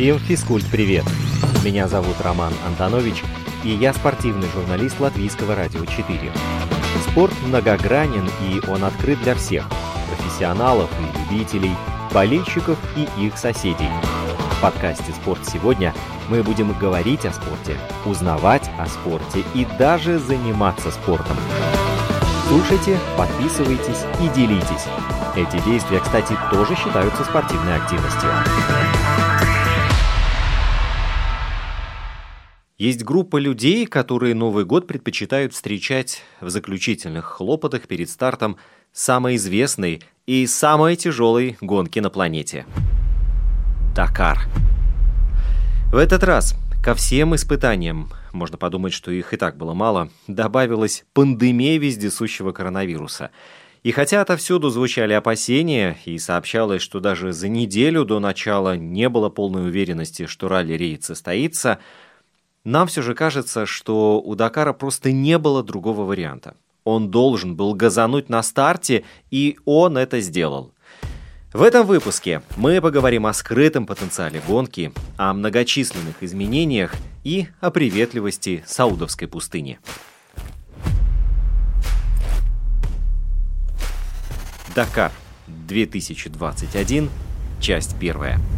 Всем физкульт-привет! Меня зовут Роман Антонович, и я спортивный журналист Латвийского радио 4. Спорт многогранен, и он открыт для всех – профессионалов и любителей, болельщиков и их соседей. В подкасте «Спорт сегодня» мы будем говорить о спорте, узнавать о спорте и даже заниматься спортом. Слушайте, подписывайтесь и делитесь. Эти действия, кстати, тоже считаются спортивной активностью. Есть группа людей, которые Новый год предпочитают встречать в заключительных хлопотах перед стартом самой известной и самой тяжелой гонки на планете – Дакар. В этот раз ко всем испытаниям, можно подумать, что их и так было мало, добавилась пандемия вездесущего коронавируса. И хотя отовсюду звучали опасения и сообщалось, что даже за неделю до начала не было полной уверенности, что ралли-рейд состоится, нам все же кажется, что у Дакара просто не было другого варианта. Он должен был газануть на старте, и он это сделал. В этом выпуске мы поговорим о скрытом потенциале гонки, о многочисленных изменениях и о приветливости Саудовской пустыни. Дакар 2021, часть 1.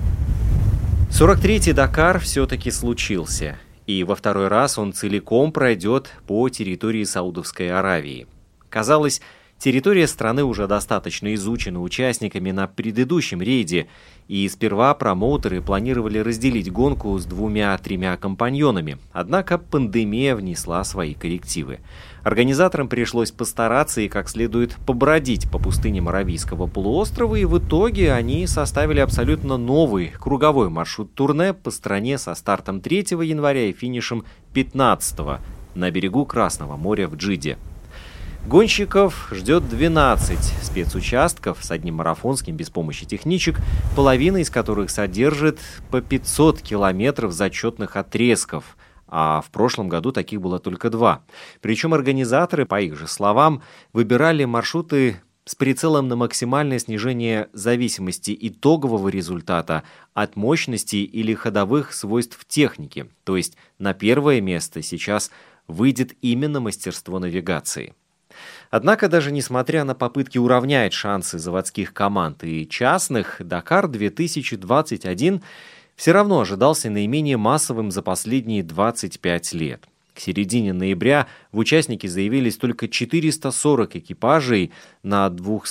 43-й Дакар все-таки случился. И во второй раз он целиком пройдет по территории Саудовской Аравии. Казалось, территория страны уже достаточно изучена участниками на предыдущем рейде, и сперва промоутеры планировали разделить гонку с 2-3 компаньонами, однако пандемия внесла свои коррективы. Организаторам пришлось постараться и как следует побродить по пустыням Аравийского полуострова, и в итоге они составили абсолютно новый круговой маршрут турне по стране со стартом 3 января и финишем 15-го на берегу Красного моря в Джидде. Гонщиков ждет 12 спецучастков с одним марафонским без помощи техничек, половина из которых содержит по 500 километров зачетных отрезков, а в прошлом году таких было только 2. Причем организаторы, по их же словам, выбирали маршруты с прицелом на максимальное снижение зависимости итогового результата от мощности или ходовых свойств техники, то есть на первое место сейчас выйдет именно мастерство навигации. Однако даже несмотря на попытки уравнять шансы заводских команд и частных, Дакар 2021 все равно ожидался наименее массовым за последние 25 лет. К середине ноября в участники заявились только 440 экипажей на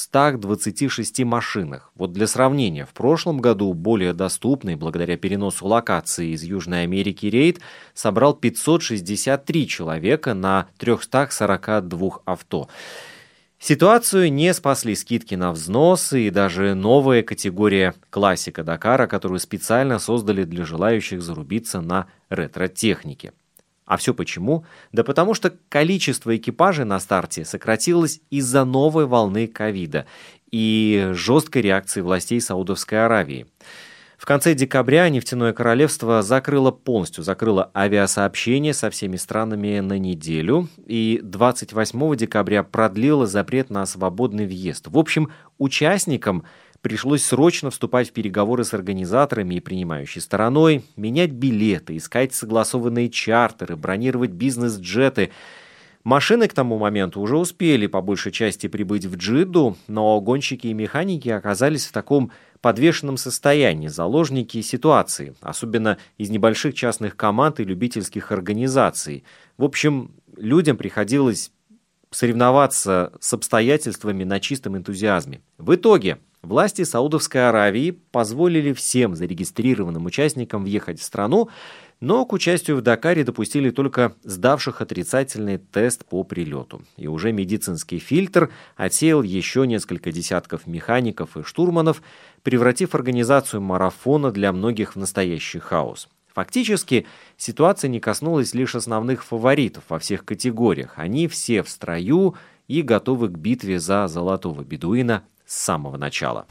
226 машинах. Вот для сравнения, в прошлом году более доступный, благодаря переносу локации из Южной Америки рейд, собрал 563 человека на 342 авто. Ситуацию не спасли скидки на взносы и даже новая категория классика Дакара, которую специально создали для желающих зарубиться на ретро-технике. А все почему? Да потому что количество экипажей на старте сократилось из-за новой волны ковида и жесткой реакции властей Саудовской Аравии. В конце декабря Нефтяное королевство полностью закрыло авиасообщение со всеми странами на неделю и 28 декабря продлило запрет на свободный въезд. В общем, участникам пришлось срочно вступать в переговоры с организаторами и принимающей стороной, менять билеты, искать согласованные чартеры, бронировать бизнес-джеты. Машины к тому моменту уже успели по большей части прибыть в Джидду, но гонщики и механики оказались в таком подвешенном состоянии, заложники ситуации, особенно из небольших частных команд и любительских организаций. В общем, людям приходилось соревноваться с обстоятельствами на чистом энтузиазме. В итоге власти Саудовской Аравии позволили всем зарегистрированным участникам въехать в страну, но к участию в Дакаре допустили только сдавших отрицательный тест по прилету. И уже медицинский фильтр отсеял еще несколько десятков механиков и штурманов, превратив организацию марафона для многих в настоящий хаос. Фактически, ситуация не коснулась лишь основных фаворитов во всех категориях. Они все в строю и готовы к битве за золотого бедуина с самого начала.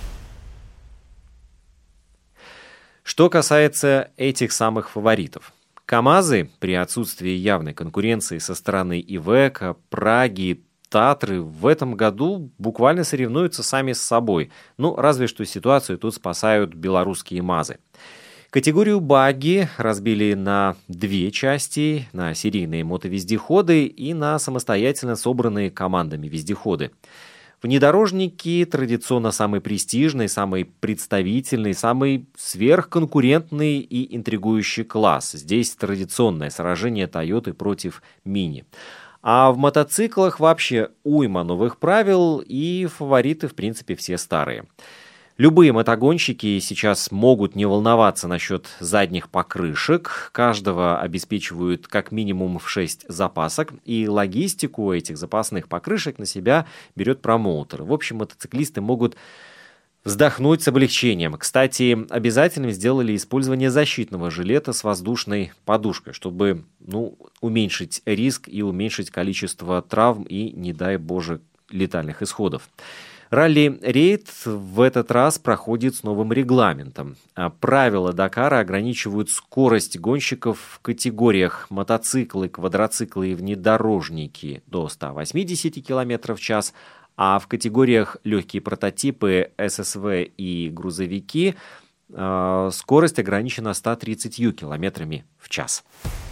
Что касается этих самых фаворитов. КАМАЗы при отсутствии явной конкуренции со стороны Ивеко, Праги, Татры в этом году буквально соревнуются сами с собой. Ну, разве что ситуацию тут спасают белорусские МАЗы. Категорию багги разбили на две части, на серийные мотовездеходы и на самостоятельно собранные командами вездеходы. Внедорожники традиционно самый престижный, самый представительный, самый сверхконкурентный и интригующий класс. Здесь традиционное сражение Toyota против Mini. А в мотоциклах вообще уйма новых правил, и фавориты, в принципе, все старые. Любые мотогонщики сейчас могут не волноваться насчет задних покрышек. Каждого обеспечивают как минимум в 6 запасок. И логистику этих запасных покрышек на себя берет промоутер. В общем, мотоциклисты могут вздохнуть с облегчением. Кстати, обязательным сделали использование защитного жилета с воздушной подушкой, чтобы уменьшить риск и уменьшить количество травм и, не дай боже, летальных исходов. Ралли-рейд в этот раз проходит с новым регламентом. Правила Дакара ограничивают скорость гонщиков в категориях мотоциклы, квадроциклы и внедорожники до 180 км в час, а в категориях легкие прототипы, ССВ и грузовики скорость ограничена 130 км в час.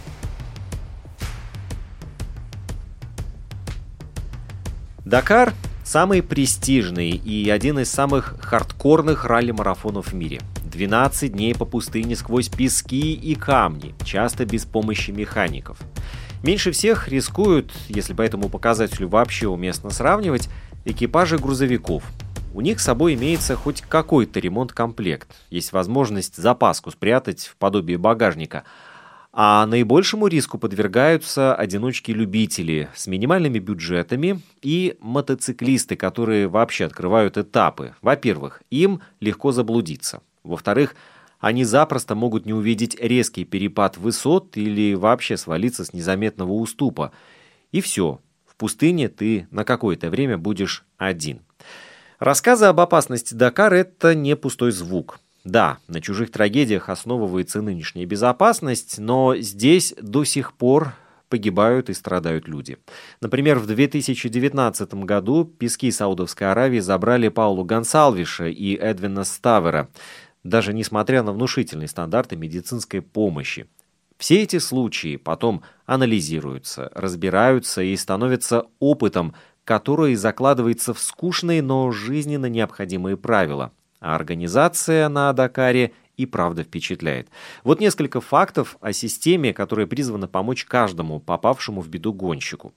Дакар – самый престижный и один из самых хардкорных ралли-марафонов в мире. 12 дней по пустыне сквозь пески и камни, часто без помощи механиков. Меньше всех рискуют, если по этому показателю вообще уместно сравнивать, экипажи грузовиков. У них с собой имеется хоть какой-то ремонт-комплект. Есть возможность запаску спрятать в подобие багажника. А наибольшему риску подвергаются одиночки-любители с минимальными бюджетами и мотоциклисты, которые вообще открывают этапы. Во-первых, им легко заблудиться. Во-вторых, они запросто могут не увидеть резкий перепад высот или вообще свалиться с незаметного уступа. И все, в пустыне ты на какое-то время будешь один. Рассказы об опасности Дакара – это не пустой звук. Да, на чужих трагедиях основывается нынешняя безопасность, но здесь до сих пор погибают и страдают люди. Например, в 2019 году пески Саудовской Аравии забрали Паулу Гонсалвеша и Эдвина Ставера, даже несмотря на внушительные стандарты медицинской помощи. Все эти случаи потом анализируются, разбираются и становятся опытом, который закладывается в скучные, но жизненно необходимые правила. А организация на Дакаре и правда впечатляет. Вот несколько фактов о системе, которая призвана помочь каждому попавшему в беду гонщику.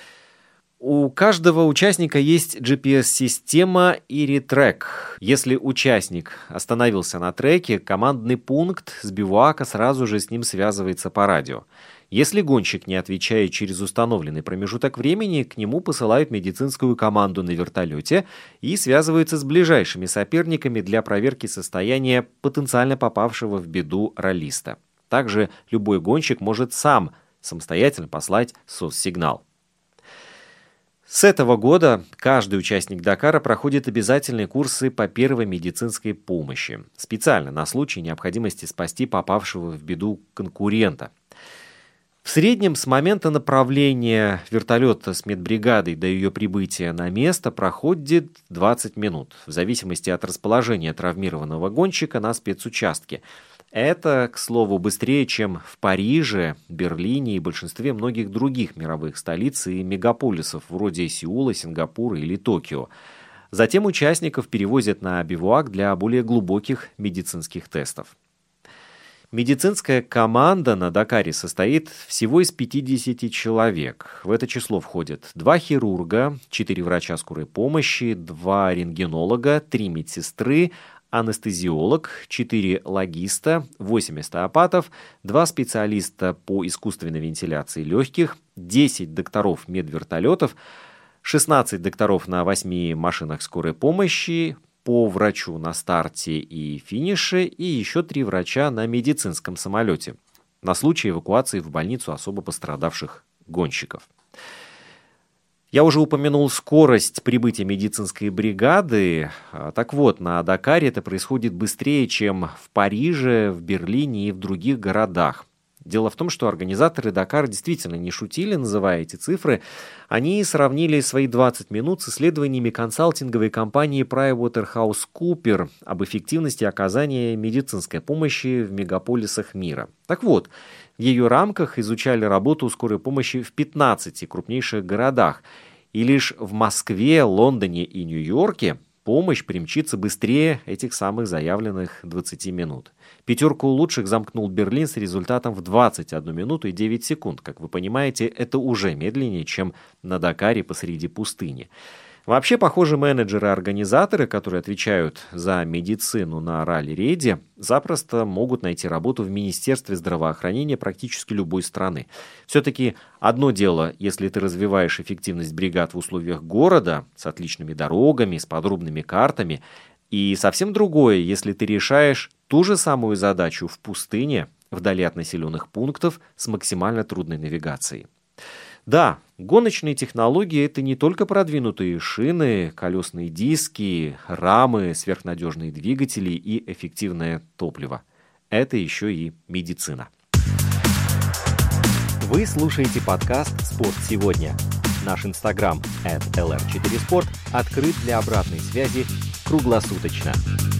У каждого участника есть GPS-система IRI-Track. Если участник остановился на треке, командный пункт с бивуака сразу же с ним связывается по радио. Если гонщик не отвечает через установленный промежуток времени, к нему посылают медицинскую команду на вертолете и связываются с ближайшими соперниками для проверки состояния потенциально попавшего в беду раллиста. Также любой гонщик может самостоятельно послать SOS-сигнал. С этого года каждый участник Дакара проходит обязательные курсы по первой медицинской помощи, специально на случай необходимости спасти попавшего в беду конкурента. В среднем с момента направления вертолета с медбригадой до ее прибытия на место проходит 20 минут, в зависимости от расположения травмированного гонщика на спецучастке. Это, к слову, быстрее, чем в Париже, Берлине и большинстве многих других мировых столиц и мегаполисов, вроде Сеула, Сингапура или Токио. Затем участников перевозят на бивуак для более глубоких медицинских тестов. Медицинская команда на Дакаре состоит всего из 50 человек. В это число входят 2 хирурга, 4 врача скорой помощи, 2 рентгенолога, 3 медсестры, анестезиолог, 4 логиста, 8 остеопатов, 2 специалиста по искусственной вентиляции легких, 10 докторов медвертолетов, 16 докторов на 8 машинах скорой помощи, по врачу на старте и финише и еще 3 врача на медицинском самолете на случай эвакуации в больницу особо пострадавших гонщиков. Я уже упомянул скорость прибытия медицинской бригады. Так вот, на Дакаре это происходит быстрее, чем в Париже, в Берлине и в других городах. Дело в том, что организаторы Дакара действительно не шутили, называя эти цифры. Они сравнили свои 20 минут с исследованиями консалтинговой компании PricewaterhouseCoopers об эффективности оказания медицинской помощи в мегаполисах мира. Так вот, в ее рамках изучали работу скорой помощи в 15 крупнейших городах. И лишь в Москве, Лондоне и Нью-Йорке помощь примчится быстрее этих самых заявленных 20 минут. Пятерку лучших замкнул Берлин с результатом в 21 минуту и 9 секунд. Как вы понимаете, это уже медленнее, чем на Дакаре посреди пустыни. Вообще, похоже, менеджеры-организаторы, которые отвечают за медицину на ралли-рейде, запросто могут найти работу в Министерстве здравоохранения практически любой страны. Все-таки одно дело, если ты развиваешь эффективность бригад в условиях города, с отличными дорогами, с подробными картами, и совсем другое, если ты решаешь ту же самую задачу в пустыне, вдали от населенных пунктов, с максимально трудной навигацией. Да, гоночные технологии – это не только продвинутые шины, колесные диски, рамы, сверхнадежные двигатели и эффективное топливо. Это еще и медицина. Вы слушаете подкаст «Спорт сегодня». Наш инстаграм @lr4sport открыт для обратной связи круглосуточно.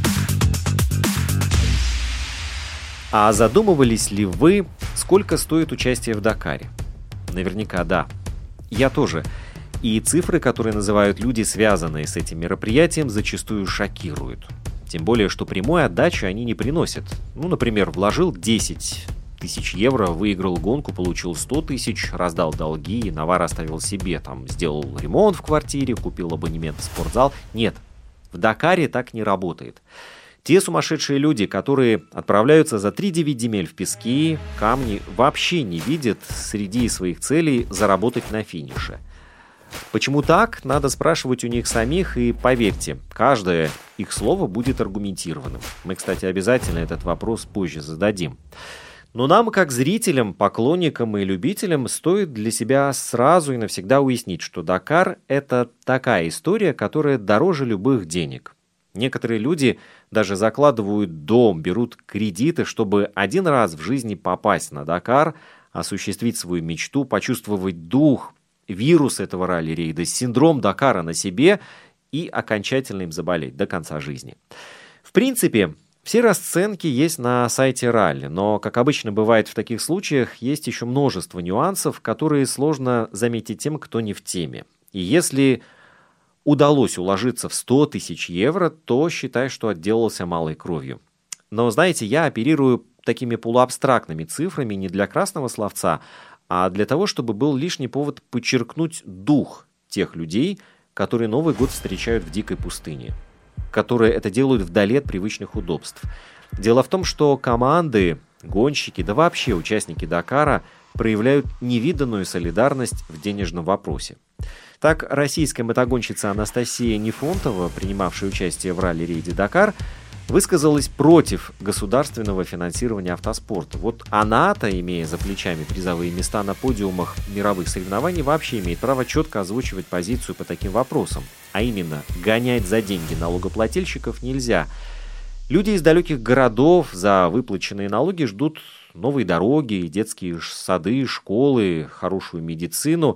А задумывались ли вы, сколько стоит участие в Дакаре? Наверняка да. Я тоже. И цифры, которые называют люди, связанные с этим мероприятием, зачастую шокируют. Тем более, что прямой отдачи они не приносят. Например, вложил 10 тысяч евро, выиграл гонку, получил 100 тысяч, раздал долги, навар оставил себе, сделал ремонт в квартире, купил абонемент в спортзал. Нет, в Дакаре так не работает. Те сумасшедшие люди, которые отправляются за 3-9 земель в пески, камни, вообще не видят среди своих целей заработать на финише. Почему так, надо спрашивать у них самих, и поверьте, каждое их слово будет аргументированным. Мы, кстати, обязательно этот вопрос позже зададим. Но нам, как зрителям, поклонникам и любителям, стоит для себя сразу и навсегда уяснить, что Дакар – это такая история, которая дороже любых денег. Некоторые люди даже закладывают дом, берут кредиты, чтобы один раз в жизни попасть на Дакар, осуществить свою мечту, почувствовать дух, вирус этого ралли-рейда, синдром Дакара на себе и окончательно им заболеть до конца жизни. В принципе, все расценки есть на сайте ралли, но, как обычно бывает в таких случаях, есть еще множество нюансов, которые сложно заметить тем, кто не в теме. И если удалось уложиться в 100 тысяч евро, то считай, что отделался малой кровью. Но, знаете, я оперирую такими полуабстрактными цифрами не для красного словца, а для того, чтобы был лишний повод подчеркнуть дух тех людей, которые Новый год встречают в дикой пустыне, которые это делают вдали от привычных удобств. Дело в том, что команды, гонщики, да вообще участники Дакара проявляют невиданную солидарность в денежном вопросе. Так, российская мотогонщица Анастасия Нефонтова, принимавшая участие в ралли-рейде Дакар, высказалась против государственного финансирования автоспорта. Вот она-то, имея за плечами призовые места на подиумах мировых соревнований, вообще имеет право четко озвучивать позицию по таким вопросам. А именно, гонять за деньги налогоплательщиков нельзя. Люди из далеких городов за выплаченные налоги ждут новые дороги, детские сады, школы, хорошую медицину.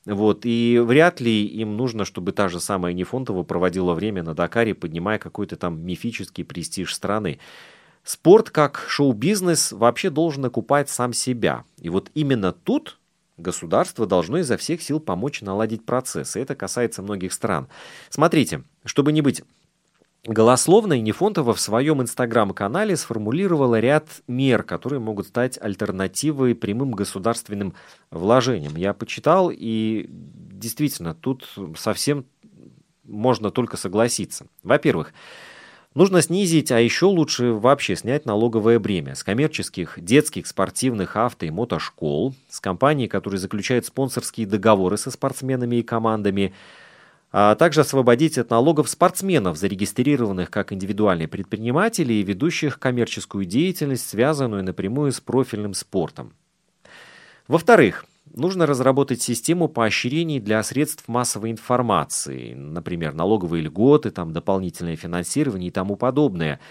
И вряд ли им нужно, чтобы та же самая Нефонтова проводила время на Дакаре, поднимая какой-то там мифический престиж страны. Спорт, как шоу-бизнес, вообще должен окупать сам себя. И вот именно тут государство должно изо всех сил помочь наладить процесс. И это касается многих стран. Смотрите, чтобы не быть голословной, Нефонтова в своем инстаграм-канале сформулировала ряд мер, которые могут стать альтернативой прямым государственным вложениям. Я почитал, и действительно, тут совсем можно только согласиться. Во-первых, нужно снизить, а еще лучше вообще снять налоговое бремя с коммерческих, детских, спортивных, авто и мотошкол, с компаний, которые заключают спонсорские договоры со спортсменами и командами, а также освободить от налогов спортсменов, зарегистрированных как индивидуальные предприниматели и ведущих коммерческую деятельность, связанную напрямую с профильным спортом. Во-вторых, нужно разработать систему поощрений для средств массовой информации, например, налоговые льготы, дополнительное финансирование и тому подобное.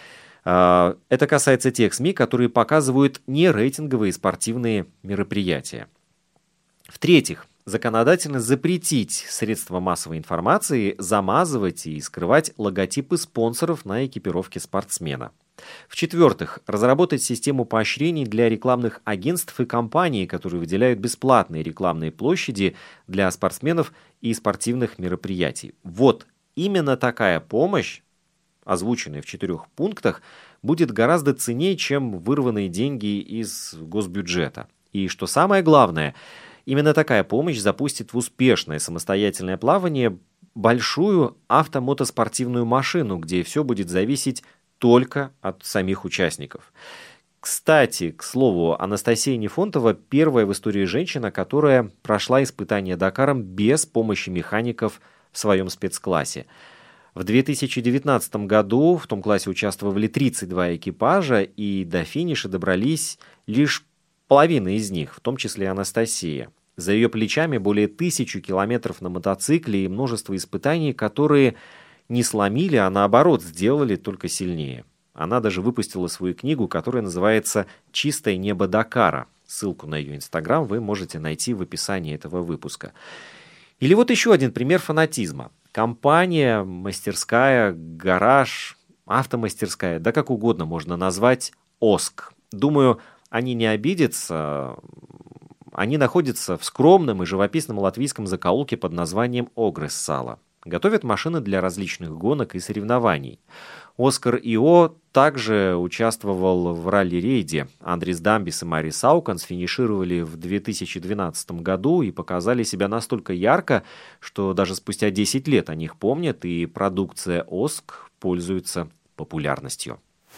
Это касается тех СМИ, которые показывают нерейтинговые спортивные мероприятия. В-третьих, законодательно запретить средствам массовой информации замазывать и скрывать логотипы спонсоров на экипировке спортсмена. В-четвертых, разработать систему поощрений для рекламных агентств и компаний, которые выделяют бесплатные рекламные площади для спортсменов и спортивных мероприятий. Вот именно такая помощь, озвученная в 4 пунктах, будет гораздо ценнее, чем вырванные деньги из госбюджета. И что самое главное, именно такая помощь запустит в успешное самостоятельное плавание большую автомотоспортивную машину, где все будет зависеть только от самих участников. Кстати, к слову, Анастасия Нефонтова первая в истории женщина, которая прошла испытание Дакаром без помощи механиков в своем спецклассе. В 2019 году в том классе участвовали 32 экипажа, и до финиша добрались лишь половина из них, в том числе Анастасия. За ее плечами более 1000 километров на мотоцикле и множество испытаний, которые не сломили, а наоборот сделали только сильнее. Она даже выпустила свою книгу, которая называется «Чистое небо Дакара». Ссылку на ее Инстаграм вы можете найти в описании этого выпуска. Или вот еще один пример фанатизма. Компания, мастерская, гараж, автомастерская, да как угодно можно назвать, ОСК. Думаю, они не обидятся. Они находятся в скромном и живописном латвийском закоулке под названием Огрес-Сала. Готовят машины для различных гонок и соревнований. Оскар Ио также участвовал в ралли-рейде. Андрис Дамбис и Марис Ауканс финишировали в 2012 году и показали себя настолько ярко, что даже спустя 10 лет о них помнят, и продукция ОСК пользуется популярностью.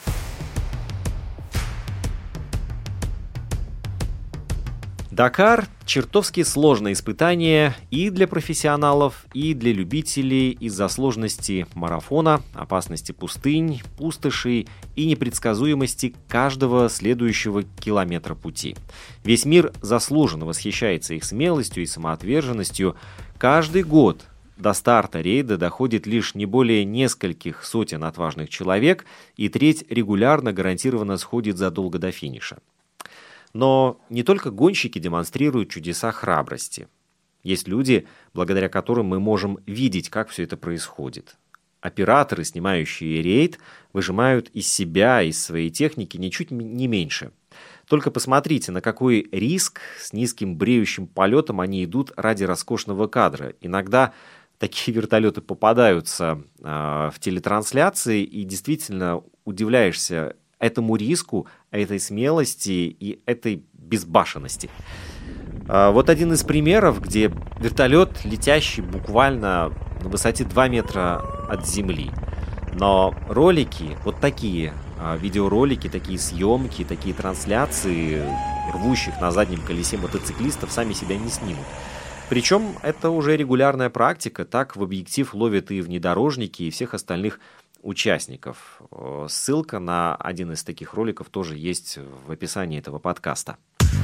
Дакар – чертовски сложное испытание и для профессионалов, и для любителей из-за сложности марафона, опасности пустынь, пустошей и непредсказуемости каждого следующего километра пути. Весь мир заслуженно восхищается их смелостью и самоотверженностью. Каждый год до старта рейда доходит лишь не более нескольких сотен отважных человек, и треть регулярно гарантированно сходит задолго до финиша. Но не только гонщики демонстрируют чудеса храбрости. Есть люди, благодаря которым мы можем видеть, как все это происходит. Операторы, снимающие рейд, выжимают из себя, из своей техники ничуть не меньше. Только посмотрите, на какой риск с низким бреющим полетом они идут ради роскошного кадра. Иногда такие вертолеты попадаются в телетрансляции, и действительно удивляешься этому риску, этой смелости и этой безбашенности. Вот один из примеров, где вертолет, летящий буквально на высоте 2 метра от земли. Но ролики, вот такие видеоролики, такие съемки, такие трансляции рвущих на заднем колесе мотоциклистов сами себя не снимут. Причем это уже регулярная практика, так в объектив ловят и внедорожники, и всех остальных участников. Ссылка на один из таких роликов тоже есть в описании этого подкаста.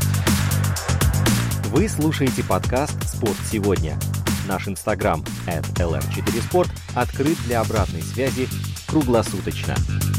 Вы слушаете подкаст «Спорт сегодня». Наш инстаграм @lr4sport открыт для обратной связи круглосуточно.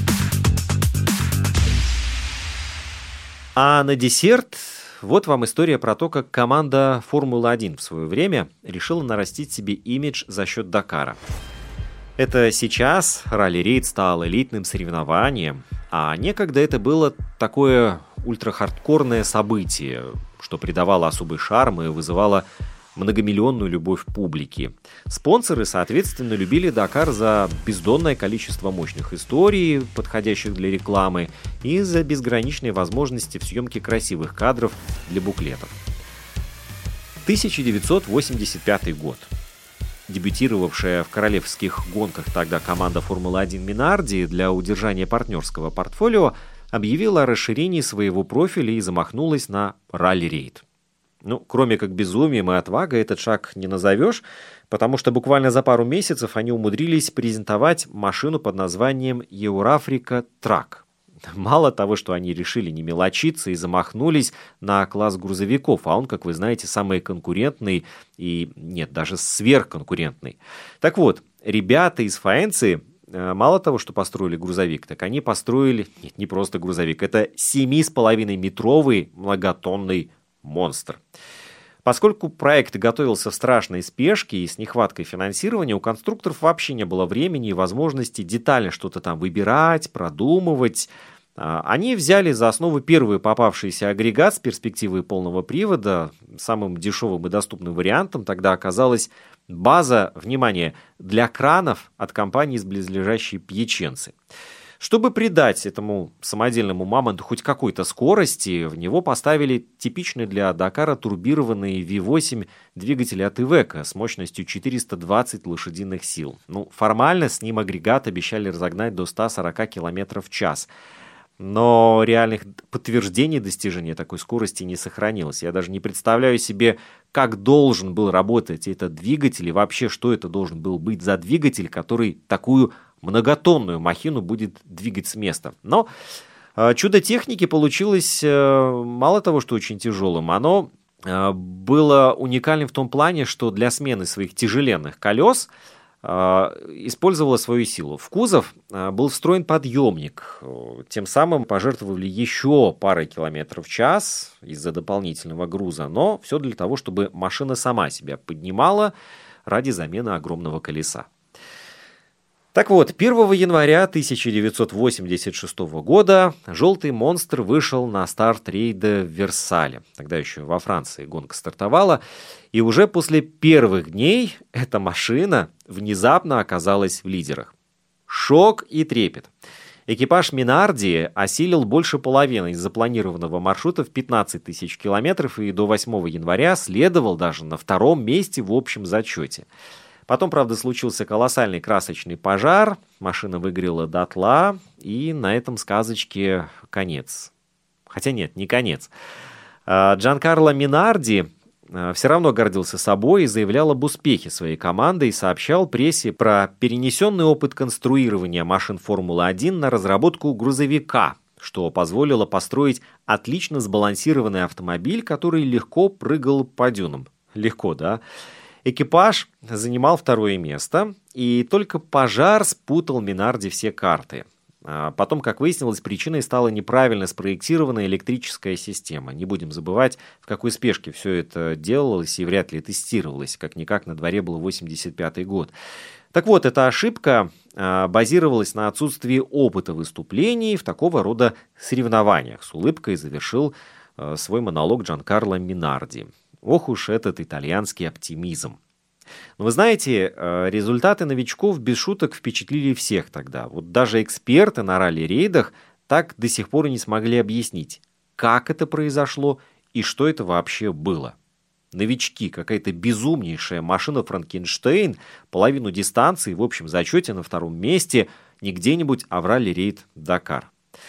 А на десерт вот вам история про то, как команда Формулы-1 в свое время решила нарастить себе имидж за счет Дакара. Это сейчас ралли-рейд стал элитным соревнованием, а некогда это было такое ультрахардкорное событие, что придавало особый шарм и вызывало многомиллионную любовь публики. Спонсоры, соответственно, любили Дакар за бездонное количество мощных историй, подходящих для рекламы, и за безграничные возможности в съемке красивых кадров для буклетов. 1985 год. Дебютировавшая в королевских гонках тогда команда Формулы-1 Минарди для удержания партнерского портфолио объявила о расширении своего профиля и замахнулась на ралли-рейд. Кроме как безумием и отвагой этот шаг не назовешь, потому что буквально за пару месяцев они умудрились презентовать машину под названием Eurafrica Truck. Мало того, что они решили не мелочиться и замахнулись на класс грузовиков, а он, как вы знаете, самый конкурентный и, нет, даже сверхконкурентный. Так вот, ребята из Фаэнции мало того, что построили грузовик, так они построили, нет, не просто грузовик, это 7,5-метровый многотонный монстр. Поскольку проект готовился в страшной спешке и с нехваткой финансирования, у конструкторов вообще не было времени и возможности детально что-то там выбирать, продумывать. Они взяли за основу первый попавшийся агрегат с перспективой полного привода. Самым дешевым и доступным вариантом тогда оказалась база, внимание, для кранов от компании из близлежащей Пьяченцы. Чтобы придать этому самодельному мамонту хоть какой-то скорости, в него поставили типичный для Дакара турбированный V8 двигатель от Iveco с мощностью 420 лошадиных сил. Формально с ним агрегат обещали разогнать до 140 км в час. Но реальных подтверждений достижения такой скорости не сохранилось. Я даже не представляю себе, как должен был работать этот двигатель и вообще, что это должен был быть за двигатель, который такую многотонную махину будет двигать с места. Но чудо техники получилось мало того, что очень тяжелым, оно было уникальным в том плане, что для смены своих тяжеленных колес использовала свою силу. В кузов был встроен подъемник, тем самым пожертвовали еще парой километров в час из-за дополнительного груза, но все для того, чтобы машина сама себя поднимала ради замены огромного колеса. Так вот, 1 января 1986 года «Желтый монстр» вышел на старт рейда в Версале. Тогда еще во Франции гонка стартовала. И уже после первых дней эта машина внезапно оказалась в лидерах. Шок и трепет. Экипаж Минарди осилил больше половины из запланированного маршрута в 15 тысяч километров и до 8 января следовал даже на втором месте в общем зачете. Потом, правда, случился колоссальный красочный пожар, машина выгорела дотла, и на этом сказочке конец. Хотя нет, не конец. Джанкарло Минарди все равно гордился собой и заявлял об успехе своей команды и сообщал прессе про перенесенный опыт конструирования машин Формулы-1 на разработку грузовика, что позволило построить отлично сбалансированный автомобиль, который легко прыгал по дюнам. Легко, да? Экипаж занимал второе место, и только пожар спутал Минарди все карты. Потом, как выяснилось, причиной стала неправильно спроектированная электрическая система. Не будем забывать, в какой спешке все это делалось и вряд ли тестировалось. Как-никак на дворе был 85-й год. Так вот, эта ошибка базировалась на отсутствии опыта выступлений в такого рода соревнованиях. С улыбкой завершил свой монолог Джанкарло Минарди. Ох уж этот итальянский оптимизм. Но вы знаете, результаты новичков без шуток впечатлили всех тогда. Вот даже эксперты на ралли-рейдах так до сих пор и не смогли объяснить, как это произошло и что это вообще было. Новички, какая-то безумнейшая машина Франкенштейн, половину дистанции в общем зачете на втором месте, не где-нибудь, а в ралли-рейд Дакар.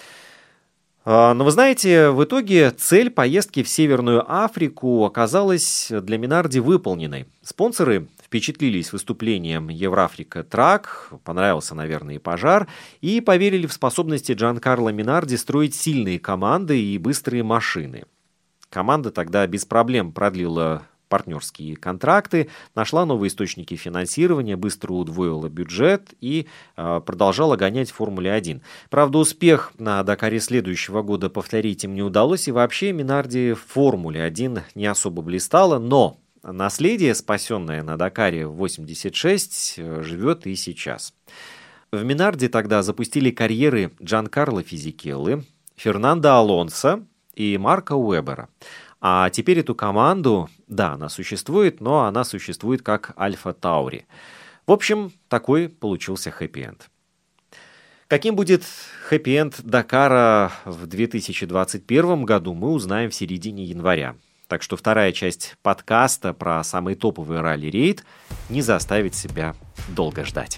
Но вы знаете, в итоге цель поездки в Северную Африку оказалась для Минарди выполненной. Спонсоры впечатлились выступлением Еврафрика Трак, понравился, наверное, и пожар, и поверили в способности Джанкарло Минарди строить сильные команды и быстрые машины. Команда тогда без проблем продлила партнерские контракты, нашла новые источники финансирования, быстро удвоила бюджет и продолжала гонять в Формуле-1. Правда, успех на Дакаре следующего года повторить им не удалось, и вообще Минарди в Формуле-1 не особо блистала, но наследие, спасенное на Дакаре в 86, живет и сейчас. В Минарди тогда запустили карьеры Джанкарло Физикеллы, Фернандо Алонсо и Марка Уэбера. А теперь эту команду, да, она существует, но она существует как Альфа Таури. В общем, такой получился хэппи-энд. Каким будет хэппи-энд Дакара в 2021 году, мы узнаем в середине января. Так что вторая часть подкаста про самый топовый ралли-рейд не заставит себя долго ждать.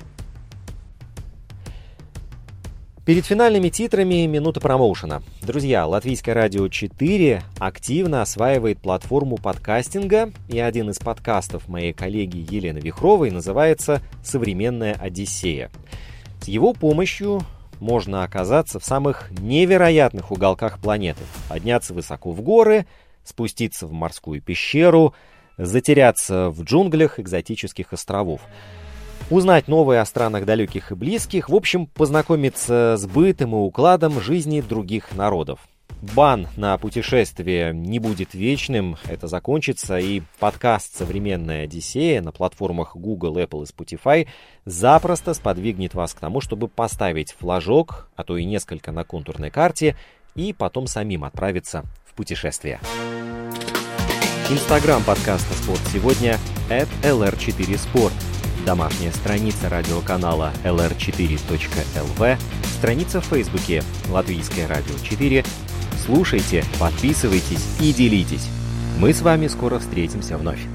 Перед финальными титрами минута промоушена. Друзья, Латвийское радио 4 активно осваивает платформу подкастинга, и один из подкастов моей коллеги Елены Вихровой называется «Современная Одиссея». С его помощью можно оказаться в самых невероятных уголках планеты, подняться высоко в горы, спуститься в морскую пещеру, затеряться в джунглях экзотических островов. Узнать новое о странах далеких и близких, в общем, познакомиться с бытом и укладом жизни других народов. Бан на путешествие не будет вечным, это закончится, и подкаст «Современная Одиссея» на платформах Google, Apple и Spotify запросто сподвигнет вас к тому, чтобы поставить флажок, а то и несколько на контурной карте, и потом самим отправиться в путешествие. Инстаграм подкаста «Спорт сегодня» @LR4sport. Домашняя страница радиоканала lr4.lv, страница в Фейсбуке «Латвийское радио 4». Слушайте, подписывайтесь и делитесь. Мы с вами скоро встретимся вновь.